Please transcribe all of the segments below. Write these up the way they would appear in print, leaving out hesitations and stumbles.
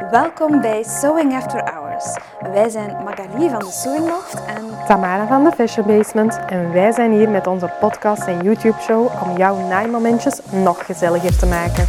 Welkom bij Sewing After Hours. Wij zijn Magali van de Sewing Loft en Tamara van de Fashion Basement en wij zijn hier met onze podcast en YouTube show om jouw naaimomentjes nog gezelliger te maken.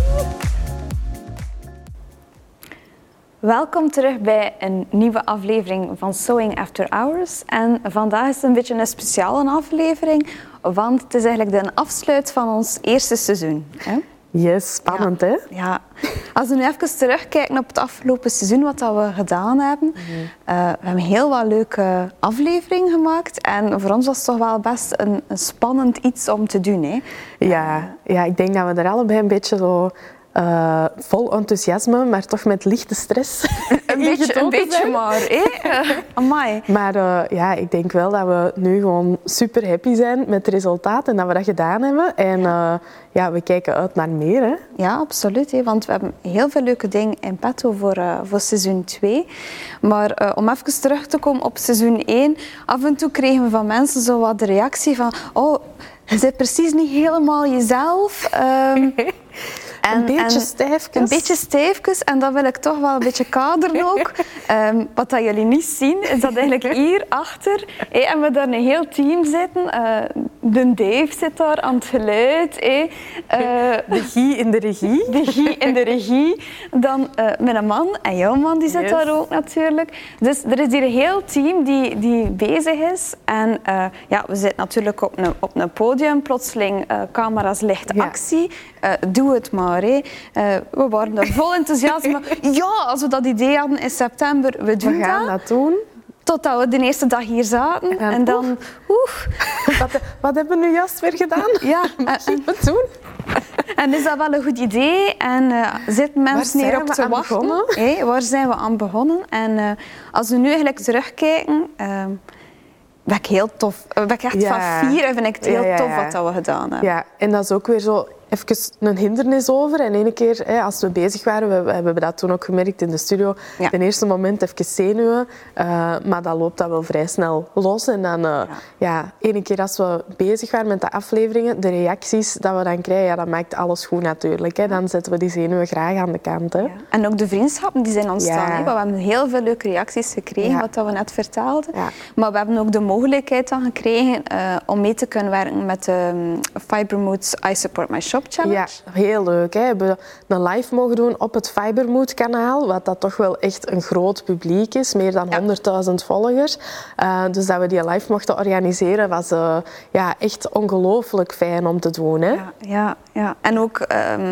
welkom terug bij een nieuwe aflevering van Sewing After Hours. En vandaag is het een beetje een speciale aflevering, want het is eigenlijk de afsluit van ons eerste seizoen. Hè? Yes, spannend hè? Ja. Als we nu even terugkijken op het afgelopen seizoen, wat dat we gedaan hebben. We hebben heel wat leuke afleveringen gemaakt. En voor ons was het toch wel best een spannend iets om te doen. Hè? Ja, ik denk dat we er allebei een beetje zo vol enthousiasme, maar toch met lichte stress Een beetje maar. Amai. Maar ik denk wel dat we nu gewoon super happy zijn met het resultaat en dat we dat gedaan hebben. En we kijken uit naar meer. Hè? Ja, absoluut. Hè, want we hebben heel veel leuke dingen in petto voor seizoen 2. Maar om even terug te komen op seizoen 1. Af en toe kregen we van mensen zo wat de reactie van... Oh, je bent precies niet helemaal jezelf. Een beetje stijfjes. En dat wil ik toch wel een beetje kaderen ook. Wat dat jullie niet zien, is dat eigenlijk hier achter en we daar een heel team zitten. De Dave zit daar aan het geluid. De Guy in de regie. De Guy in de regie. Dan mijn man en jouw man, die zit daar ook natuurlijk. Dus er is hier een heel team die bezig is. En we zitten natuurlijk op een podium. Plotseling camera's, licht, actie. Doe het maar. We waren er vol enthousiasme. Ja, als we dat idee hadden in september, we gaan dat doen. Totdat we de eerste dag hier zaten. En dan Wat hebben we nu juist weer gedaan? Ja, Wat gaan we doen? En is dat wel een goed idee? En zitten mensen hierop te wachten? Waar zijn we aan begonnen? En als we nu eigenlijk terugkijken... ben ik heel tof. Ben ik echt van 4 en vind ik het heel tof wat we gedaan hebben. Ja, en dat is ook weer zo even een hindernis over. En ene keer, als we bezig waren, we hebben dat toen ook gemerkt in de studio, de eerste moment even zenuwen, maar dan loopt dat wel vrij snel los. En dan, ene keer als we bezig waren met de afleveringen, de reacties dat we dan krijgen, dat maakt alles goed natuurlijk. Hè. Dan zetten we die zenuwen graag aan de kant. Hè. Ja. En ook de vriendschappen die zijn ontstaan. Hè. We hebben heel veel leuke reacties gekregen, wat we net vertelden. Ja. Maar we hebben ook de mogelijkheid dan gekregen om mee te kunnen werken met de Fibermood's I Support My Shop Challenge. Ja, heel leuk. Hè. We hebben een live mogen doen op het Fibermood kanaal, wat dat toch wel echt een groot publiek is, meer dan 100.000 volgers. Dus dat we die live mochten organiseren was echt ongelooflijk fijn om te doen. Hè. Ja. En ook...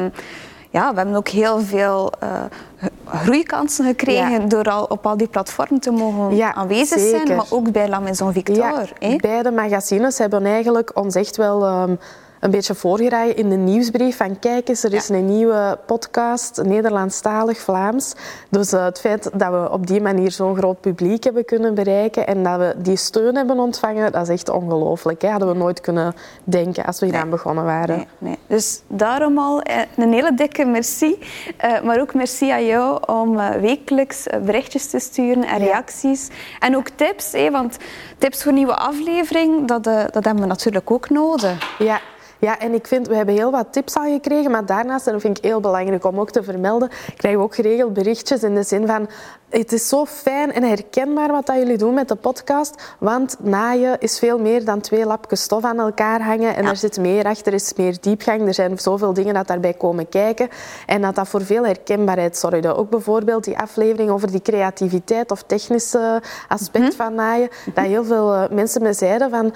we hebben ook heel veel groeikansen gekregen door al op al die platformen te mogen aanwezig zijn, maar ook bij La Maison Victor. Beide magazines hebben eigenlijk ons echt wel een beetje voorgedragen in de nieuwsbrief van kijk eens, er is een nieuwe podcast, Nederlandstalig, Vlaams. Dus het feit dat we op die manier zo'n groot publiek hebben kunnen bereiken en dat we die steun hebben ontvangen, dat is echt ongelooflijk. Hè? Hadden we nooit kunnen denken als we hier aan begonnen waren. Nee. Dus daarom al een hele dikke merci. Maar ook merci aan jou om wekelijks berichtjes te sturen en reacties. En ook tips, want tips voor nieuwe aflevering, dat hebben we natuurlijk ook nodig. Ja, en ik vind, we hebben heel wat tips al gekregen, maar daarnaast, en dat vind ik heel belangrijk om ook te vermelden, krijgen we ook geregeld berichtjes in de zin van, het is zo fijn en herkenbaar wat dat jullie doen met de podcast, want naaien is veel meer dan 2 lapjes stof aan elkaar hangen en er zit meer achter, er is meer diepgang, er zijn zoveel dingen dat daarbij komen kijken en dat voor veel herkenbaarheid zorgde. Ook bijvoorbeeld die aflevering over die creativiteit of technische aspect van naaien, dat heel veel mensen me zeiden van...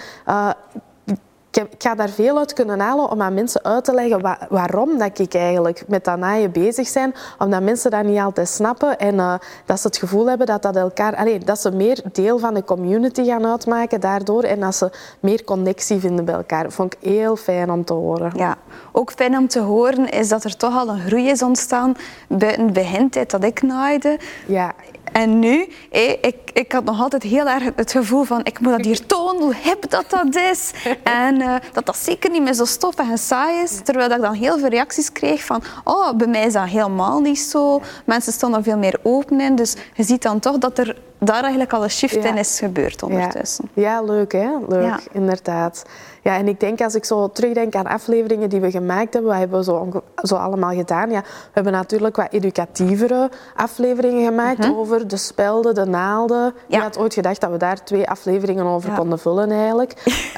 Ik ga daar veel uit kunnen halen om aan mensen uit te leggen waarom dat ik eigenlijk met dat naaien bezig ben. Omdat mensen dat niet altijd snappen en dat ze het gevoel hebben dat ze meer deel van de community gaan uitmaken daardoor en dat ze meer connectie vinden bij elkaar. Dat vond ik heel fijn om te horen. Ja, ook fijn om te horen is dat er toch al een groei is ontstaan buiten de begintijd dat ik naaide. Ja. En nu, ik had nog altijd heel erg het gevoel van ik moet dat hier tonen, hoe hip dat is. En dat zeker niet meer zo stoffig en saai is. Terwijl ik dan heel veel reacties kreeg van bij mij is dat helemaal niet zo. Mensen staan er veel meer open in. Dus je ziet dan toch dat er daar eigenlijk al een shift in is gebeurd ondertussen. Ja, leuk hè? Leuk, inderdaad. Ja, en ik denk als ik zo terugdenk aan afleveringen die we gemaakt hebben, wat hebben we zo allemaal gedaan? Ja, we hebben natuurlijk wat educatievere afleveringen gemaakt over de spelden, de naalden. Je had ooit gedacht dat we daar 2 afleveringen over konden vullen eigenlijk.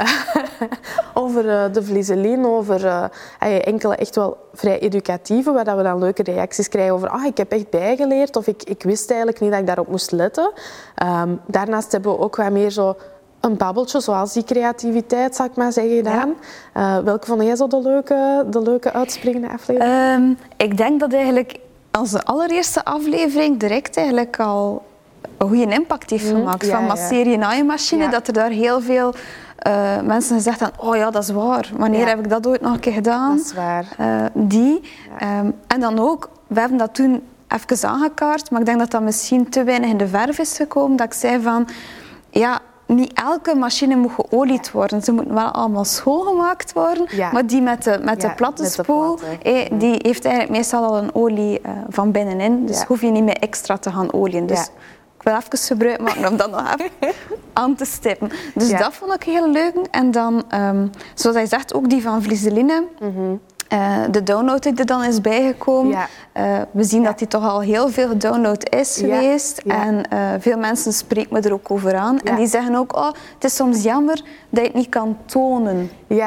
Over de vlizelin, over enkele echt wel vrij educatieve, waar we dan leuke reacties krijgen over ik heb echt bijgeleerd of ik wist eigenlijk niet dat ik daarop moest letten. Daarnaast hebben we ook wat meer zo een babbeltje, zoals die creativiteit, zal ik maar zeggen, gedaan. Welke vond jij zo de leuke uitspringende aflevering? Ik denk dat eigenlijk onze allereerste aflevering direct eigenlijk al een goede impact heeft gemaakt. Van masserie- en naaimachine, dat er daar heel veel mensen gezegd hebben, oh ja, dat is waar. Wanneer heb ik dat ooit nog een keer gedaan? Dat is waar. En dan ook, we hebben dat toen even aangekaart, maar ik denk dat dat misschien te weinig in de verf is gekomen. Dat ik zei van, niet elke machine moet geolied worden. Ze moeten wel allemaal schoongemaakt worden. Ja. Maar die met de platte spoel, die heeft eigenlijk meestal al een olie van binnenin. Dus hoef je niet meer extra te gaan olieën. Dus ik wil even gebruik maken om dat nog even aan te stippen. Dus dat vond ik heel leuk. En dan, zoals hij zegt, ook die van vlizeline. De download die er dan is bijgekomen. We zien dat die toch al heel veel gedownload is geweest. En veel mensen spreken me er ook over aan. En die zeggen ook, het is soms jammer dat je het niet kan tonen.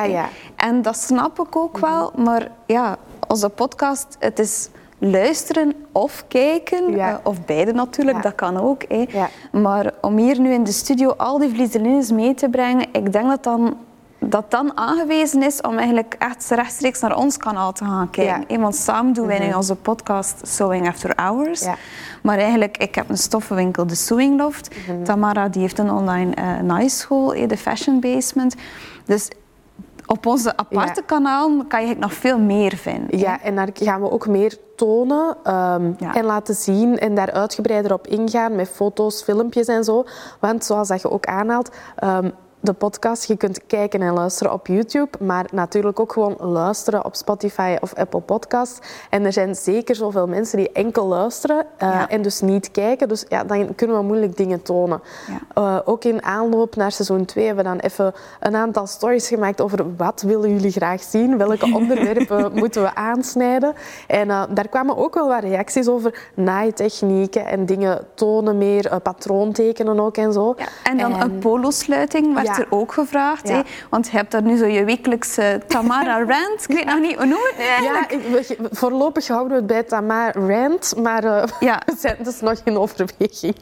En dat snap ik ook wel. Maar onze podcast, het is luisteren of kijken. Of beide natuurlijk, dat kan ook. Maar om hier nu in de studio al die vliezelines mee te brengen, ik denk dat dan aangewezen is om eigenlijk echt rechtstreeks naar ons kanaal te gaan kijken. Want samen doen wij in onze podcast Sewing After Hours. Maar eigenlijk, ik heb een stoffenwinkel, de Sewing Loft. Tamara die heeft een online naaischool, de Fashion Basement. Dus op onze aparte kanaal kan je nog veel meer vinden. Ja, en daar gaan we ook meer tonen en laten zien en daar uitgebreider op ingaan met foto's, filmpjes en zo. Want zoals dat je ook aanhaalt, de podcast, je kunt kijken en luisteren op YouTube, maar natuurlijk ook gewoon luisteren op Spotify of Apple Podcasts. En er zijn zeker zoveel mensen die enkel luisteren en dus niet kijken. Dus dan kunnen we moeilijk dingen tonen. Ook in aanloop naar seizoen 2 hebben we dan even een aantal stories gemaakt over wat willen jullie graag zien, welke onderwerpen moeten we aansnijden. En daar kwamen ook wel wat reacties over naaitechnieken en dingen tonen meer, patroontekenen ook en zo. En dan een polosluiting werd er ook gevraagd. Want je hebt daar nu zo je wekelijkse Tamara Rant. Ik weet nog niet, hoe noem je het eigenlijk? Voorlopig houden we het bij Tamara Rant, maar we zijn dus nog in overweging.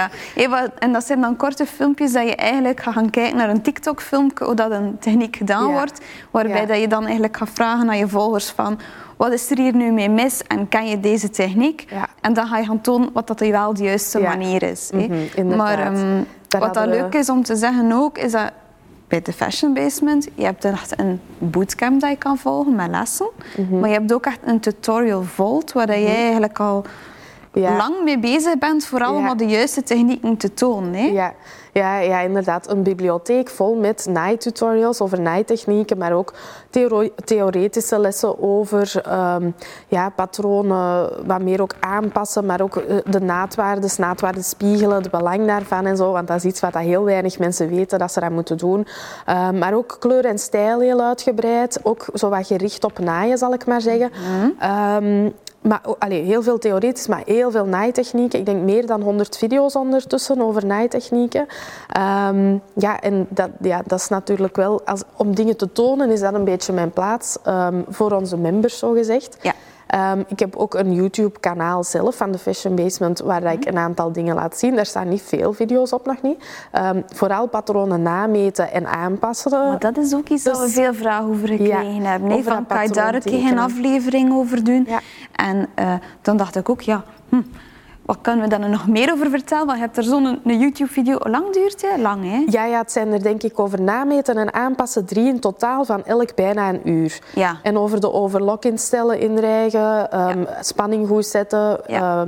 En dat zijn dan korte filmpjes dat je eigenlijk gaat gaan kijken naar een TikTok-filmpje, hoe dat een techniek gedaan wordt, waarbij dat je dan eigenlijk gaat vragen aan je volgers van, wat is er hier nu mee mis en kan je deze techniek? En dan ga je gaan tonen wat dat wel de juiste manier is. Maar wat dat leuk is om te zeggen ook, is dat bij de Fashion Basement, je hebt echt een bootcamp dat je kan volgen met lessen. Maar je hebt ook echt een tutorial vault, waar jij eigenlijk al lang mee bezig bent voor allemaal de juiste technieken te tonen. Ja, inderdaad. Een bibliotheek vol met naaitutorials over naaitechnieken, maar ook theoretische lessen over patronen, wat meer ook aanpassen, maar ook de naadwaardes spiegelen, het belang daarvan en zo, want dat is iets wat heel weinig mensen weten dat ze dat moeten doen. Maar ook kleur en stijl heel uitgebreid, ook zo wat gericht op naaien, zal ik maar zeggen. Maar heel veel theoretisch, maar heel veel naaitechnieken. Ik denk meer dan 100 video's ondertussen over naaitechnieken. En dat is natuurlijk wel, om dingen te tonen, is dat een beetje mijn plaats voor onze members, zo gezegd. Ik heb ook een YouTube-kanaal zelf van de Fashion Basement, waar ik een aantal dingen laat zien. Daar staan niet veel video's op, nog niet. Vooral patronen nameten en aanpassen. Maar dat is ook iets waar we veel vragen over gekregen hebben. Van, kan je daar een keer een aflevering over doen? En dan dacht ik ook, wat kunnen we daar nog meer over vertellen? Want je hebt er zo'n YouTube-video. Hoe lang duurt die? Lang, hè? Ja, het zijn er denk ik over nameten en aanpassen 3 in totaal, van elk bijna een uur. En over de overlock instellen, inrijgen, spanning goed zetten,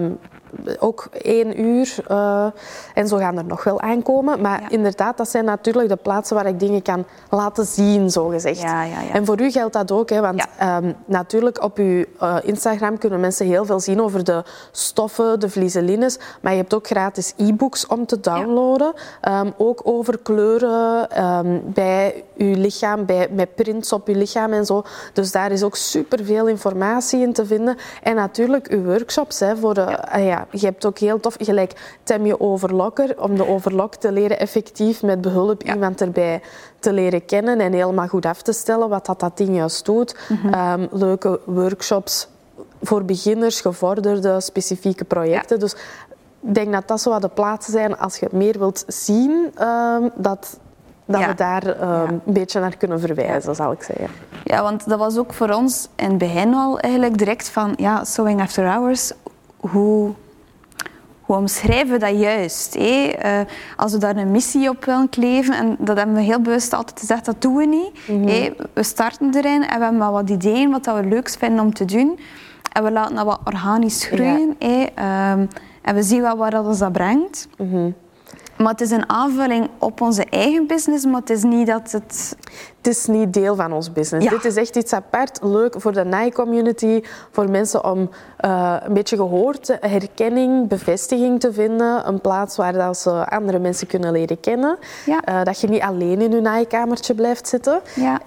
ook 1 uur. En zo gaan er nog wel aankomen. Maar inderdaad, dat zijn natuurlijk de plaatsen waar ik dingen kan laten zien, zogezegd. Ja. En voor u geldt dat ook, hè, want natuurlijk op uw Instagram kunnen mensen heel veel zien over de stoffen, de vlieselines. Maar je hebt ook gratis e-books om te downloaden. Ook over kleuren bij uw lichaam, met prints op uw lichaam en zo. Dus daar is ook superveel informatie in te vinden. En natuurlijk uw workshops. Hè, voor je hebt ook heel tof, gelijk Tem je overlokker, om de overlok te leren effectief met behulp iemand erbij te leren kennen en helemaal goed af te stellen wat dat ding juist doet. Leuke workshops voor beginners, gevorderde, specifieke projecten. Dus ik denk dat dat zo wat de plaatsen zijn als je meer wilt zien, dat we daar een beetje naar kunnen verwijzen, zal ik zeggen. Ja, want dat was ook voor ons in het begin al eigenlijk direct van, Sewing After Hours, hoe omschrijven we dat juist? Als we daar een missie op willen kleven, en dat hebben we heel bewust altijd gezegd, dat doen we niet. We starten erin en we hebben wel wat ideeën wat we leuk vinden om te doen. En we laten dat wat organisch groeien. En we zien wel waar dat ons dat brengt. Maar het is een aanvulling op onze eigen business, maar het is niet dat het... Het is niet deel van ons business. Dit is echt iets apart, leuk voor de naai-community, voor mensen om een beetje gehoord, herkenning, bevestiging te vinden. Een plaats waar dat ze andere mensen kunnen leren kennen. Dat je niet alleen in je naaikamertje blijft zitten.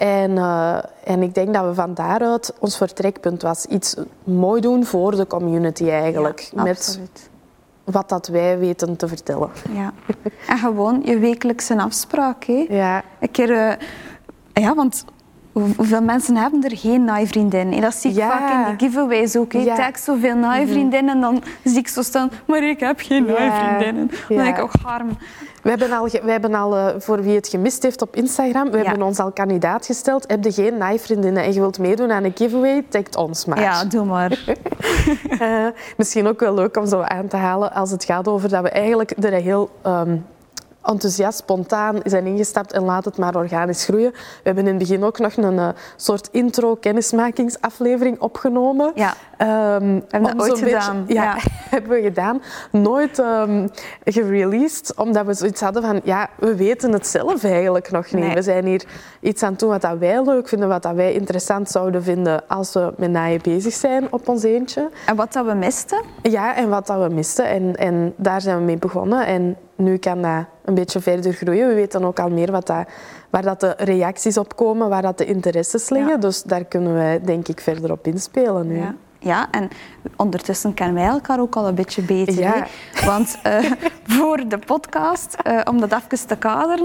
En ik denk dat we van daaruit, ons vertrekpunt was iets mooi doen voor de community eigenlijk. Absoluut. Wat dat wij weten te vertellen. Ja. En gewoon je wekelijkse afspraak. Een keer... want hoeveel mensen hebben er geen naaivriendin? Dat zie ik vaak in die giveaways ook. Ik tag zoveel naaivriendinnen en dan zie ik zo staan, maar ik heb geen naaivriendinnen. Dan denk ik ook, harm. We hebben al voor wie het gemist heeft op Instagram, we hebben ons al kandidaat gesteld. Heb je geen naaivriendinnen en je wilt meedoen aan een giveaway, tagt ons maar. Ja, doe maar. Misschien ook wel leuk om zo aan te halen als het gaat over dat we eigenlijk er heel... enthousiast, spontaan zijn ingestapt en laat het maar organisch groeien. We hebben in het begin ook nog een soort intro-kennismakingsaflevering opgenomen. We hebben dat ooit gedaan. Hebben we gedaan. Nooit gereleased, omdat we zoiets hadden van, we weten het zelf eigenlijk nog niet. Nee. We zijn hier iets aan het doen wat wij leuk vinden, wat wij interessant zouden vinden als we met naaien bezig zijn op ons eentje. En wat dat we misten? Ja, en wat dat we misten. En daar zijn we mee begonnen. En nu kan dat een beetje verder groeien. We weten ook al meer waar dat de reacties op komen, waar dat de interesses liggen. Dus daar kunnen wij denk ik verder op inspelen nu. Ja, en ondertussen kennen wij elkaar ook al een beetje beter. Hè? Want voor de podcast, om dat even te kaderen...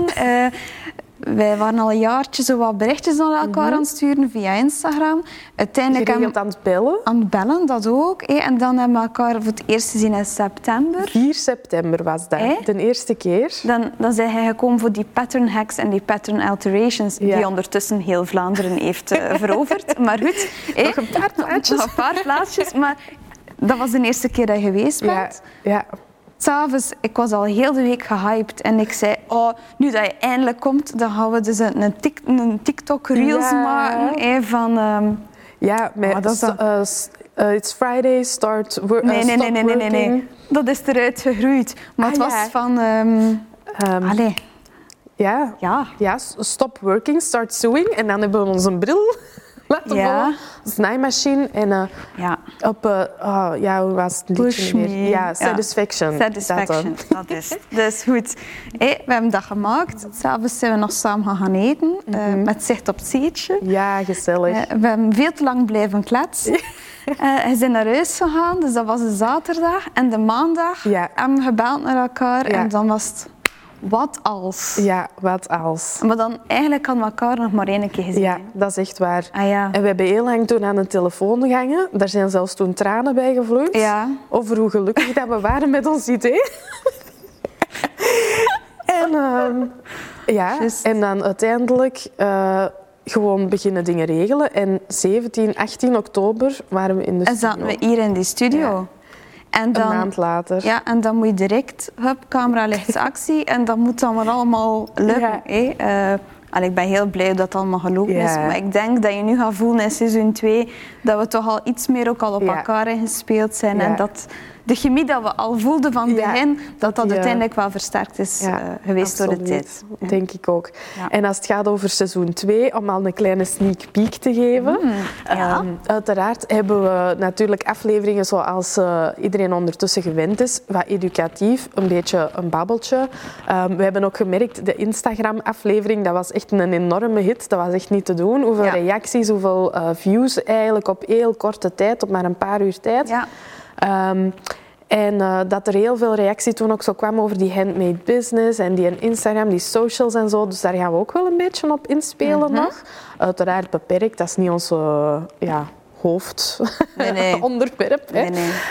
wij waren al een jaartje zo wat berichtjes naar elkaar aan het sturen via Instagram. Uiteindelijk geregeld aan het bellen. Aan het bellen, dat ook. En dan hebben we elkaar voor het eerst gezien in september. 4 september was dat, de eerste keer. Dan zijn hij gekomen voor die pattern hacks en die pattern alterations, die ondertussen heel Vlaanderen heeft veroverd. Maar goed. Nog een paar plaatjes. Nog een paar plaatjes, maar dat was de eerste keer dat je geweest bent. Ja. 'S'avonds, ik was al heel de week gehyped en ik zei, nu dat je eindelijk komt, dan gaan we dus een TikTok-reels maken van... It's Friday, stop working. Nee. Dat is eruit gegroeid. Maar het was van... Stop working, start sewing. En dan hebben we ons een bril laten volgen. Een snijmachine. En hoe was het liedje meer? Ja, Satisfaction. Satisfaction, dat is het. Dus goed. We hebben dat gemaakt. S'avonds zijn we nog samen gaan eten. Met zicht op het zeetje. Ja, gezellig. We hebben veel te lang blijven kletsen. Hij is naar huis gegaan, dus dat was de zaterdag. En de maandag hebben we gebeld naar elkaar. En dan was het... Wat als? Ja, wat als. Maar dan eigenlijk hadden we elkaar nog maar 1 keer gezien. Ja, dat is echt waar. En we hebben heel lang toen aan de telefoon gehangen. Daar zijn zelfs toen tranen bij gevloeid. Over hoe gelukkig dat we waren met ons idee. En dan uiteindelijk gewoon beginnen dingen regelen. En 17, 18 oktober waren we in de studio. En zaten we hier in die studio. Ja. En dan, een maand later. Ja, en dan moet je direct, camera, lichtsactie. En dat moet dan maar allemaal lukken. Ik ben heel blij dat het allemaal gelopen is. Maar ik denk dat je nu gaat voelen in seizoen 2... dat we toch al iets meer ook al op elkaar ingespeeld zijn. En dat de chemie dat we al voelden van het begin, dat uiteindelijk wel versterkt is geweest absoluut. door de tijd. Ja. Denk ik ook. Ja. En als het gaat over seizoen 2, om al een kleine sneak peek te geven. Uiteraard hebben we natuurlijk afleveringen zoals iedereen ondertussen gewend is. Wat educatief, een beetje een babbeltje. We hebben ook gemerkt, de Instagram-aflevering, dat was echt een enorme hit. Dat was echt niet te doen. Hoeveel reacties, hoeveel views eigenlijk op heel korte tijd, op maar een paar uur tijd. Ja. En dat er heel veel reactie toen ook zo kwam over die handmade business en die Instagram, die socials en zo. Dus daar gaan we ook wel een beetje op inspelen nog. Uiteraard beperkt, dat is niet ons hoofdonderwerp. Nee.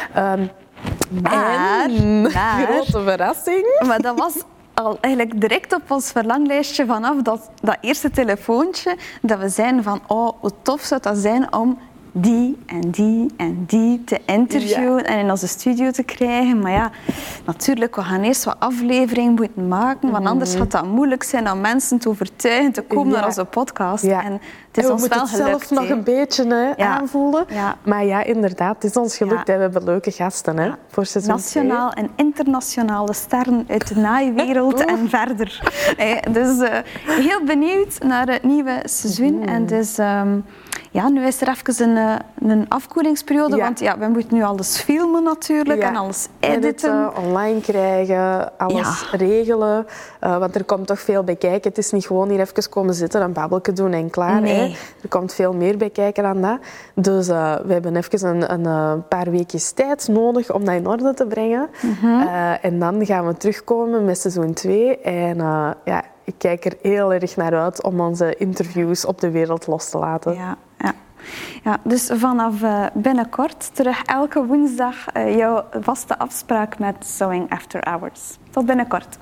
Maar, grote verrassing. Maar dat was al eigenlijk direct op ons verlanglijstje vanaf dat eerste telefoontje, dat we zeiden van, oh, hoe tof zou dat zijn om die en die en die te interviewen en in onze studio te krijgen. Maar ja, natuurlijk, we gaan eerst wat afleveringen moeten maken, want anders gaat dat moeilijk zijn om mensen te overtuigen te komen naar onze podcast. Ja. En het is ons wel gelukt. We moeten het zelf nog een beetje aanvoelen. Ja. Maar ja, inderdaad, het is ons gelukt. We hebben leuke gasten voor seizoen nationaal 2. En internationale sterren uit de naaiwereld en verder. Dus heel benieuwd naar het nieuwe seizoen. En dus... nu is er even een afkoelingsperiode, want we moeten nu alles filmen natuurlijk en alles editen. Online krijgen, alles regelen, want er komt toch veel bij kijken. Het is niet gewoon hier even komen zitten, een babbeltje doen en klaar. Nee. Er komt veel meer bij kijken dan dat. Dus we hebben even een paar weekjes tijd nodig om dat in orde te brengen. En dan gaan we terugkomen met seizoen 2 en ik kijk er heel erg naar uit om onze interviews op de wereld los te laten. Ja, dus vanaf binnenkort terug elke woensdag jouw vaste afspraak met Sewing After Hours. Tot binnenkort.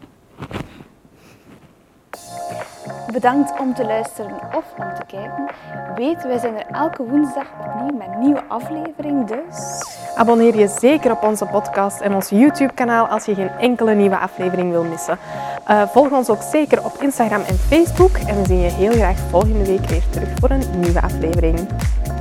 Bedankt om te luisteren of om te kijken. Weet, wij zijn er elke woensdag opnieuw met een nieuwe aflevering, dus... Abonneer je zeker op onze podcast en ons YouTube-kanaal als je geen enkele nieuwe aflevering wil missen. Volg ons ook zeker op Instagram en Facebook en we zien je heel graag volgende week weer terug voor een nieuwe aflevering.